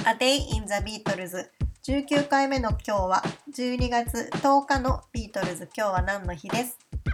A Day in the Beatles 19回目の今日は12月10日のビートルズ今日は何の日です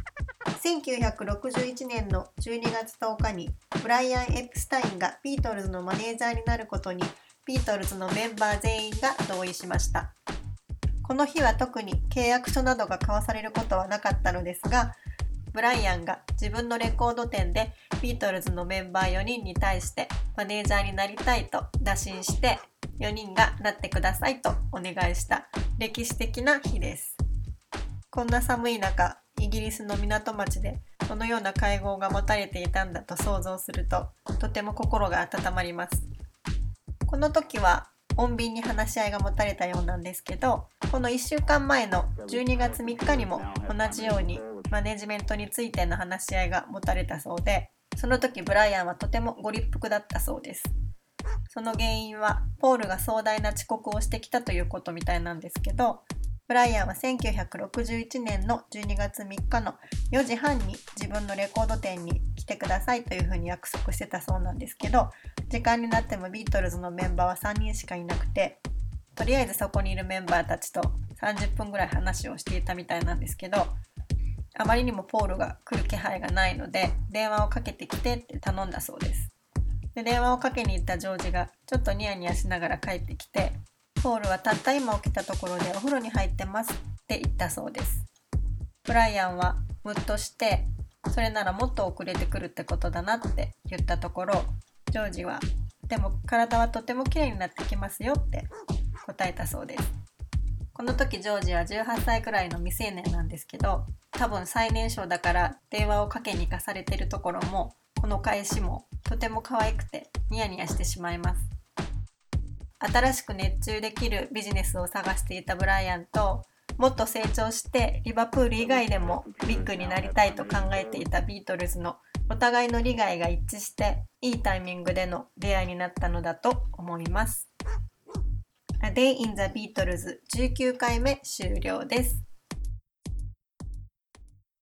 。1961年の12月10日にブライアン・エプスタインがビートルズのマネージャーになることにビートルズのメンバー全員が同意しました。この日は特に契約書などが交わされることはなかったのですが、ブライアンが自分のレコード店でビートルズのメンバー4人に対してマネージャーになりたいと打診して4人がなってくださいとお願いした歴史的な日です。こんな寒い中、イギリスの港町でこのような会合が持たれていたんだと想像するととても心が温まります。この時は穏便に話し合いが持たれたようなんですけど、この1週間前の12月3日にも同じようにマネジメントについての話し合いが持たれたそうで、その時ブライアンはとてもご立腹だったそうです。その原因はポールが壮大な遅刻をしてきたということみたいなんですけど、ブライアンは1961年の12月3日の4時半に自分のレコード店に来てくださいというふうに約束してたそうなんですけど、時間になってもビートルズのメンバーは3人しかいなくて、とりあえずそこにいるメンバーたちと30分ぐらい話をしていたみたいなんですけど、あまりにもポールが来る気配がないので電話をかけてきてって頼んだそうです。で、電話をかけに行ったジョージがちょっとニヤニヤしながら帰ってきて、ポールはたった今起きたところでお風呂に入ってますって言ったそうです。ブライアンはムッとして、それならもっと遅れてくるってことだなって言ったところ、ジョージはでも体はとても綺麗になってきますよって答えたそうです。この時ジョージは18歳くらいの未成年なんですけど、多分最年少だから電話をかけに行かされているところもこの返しもとても可愛くてニヤニヤしてしまいます。新しく熱中できるビジネスを探していたブライアンと、もっと成長してリバプール以外でもビッグになりたいと考えていたビートルズのお互いの利害が一致していいタイミングでの出会いになったのだと思います。A Day in the Beatles 19回目終了です。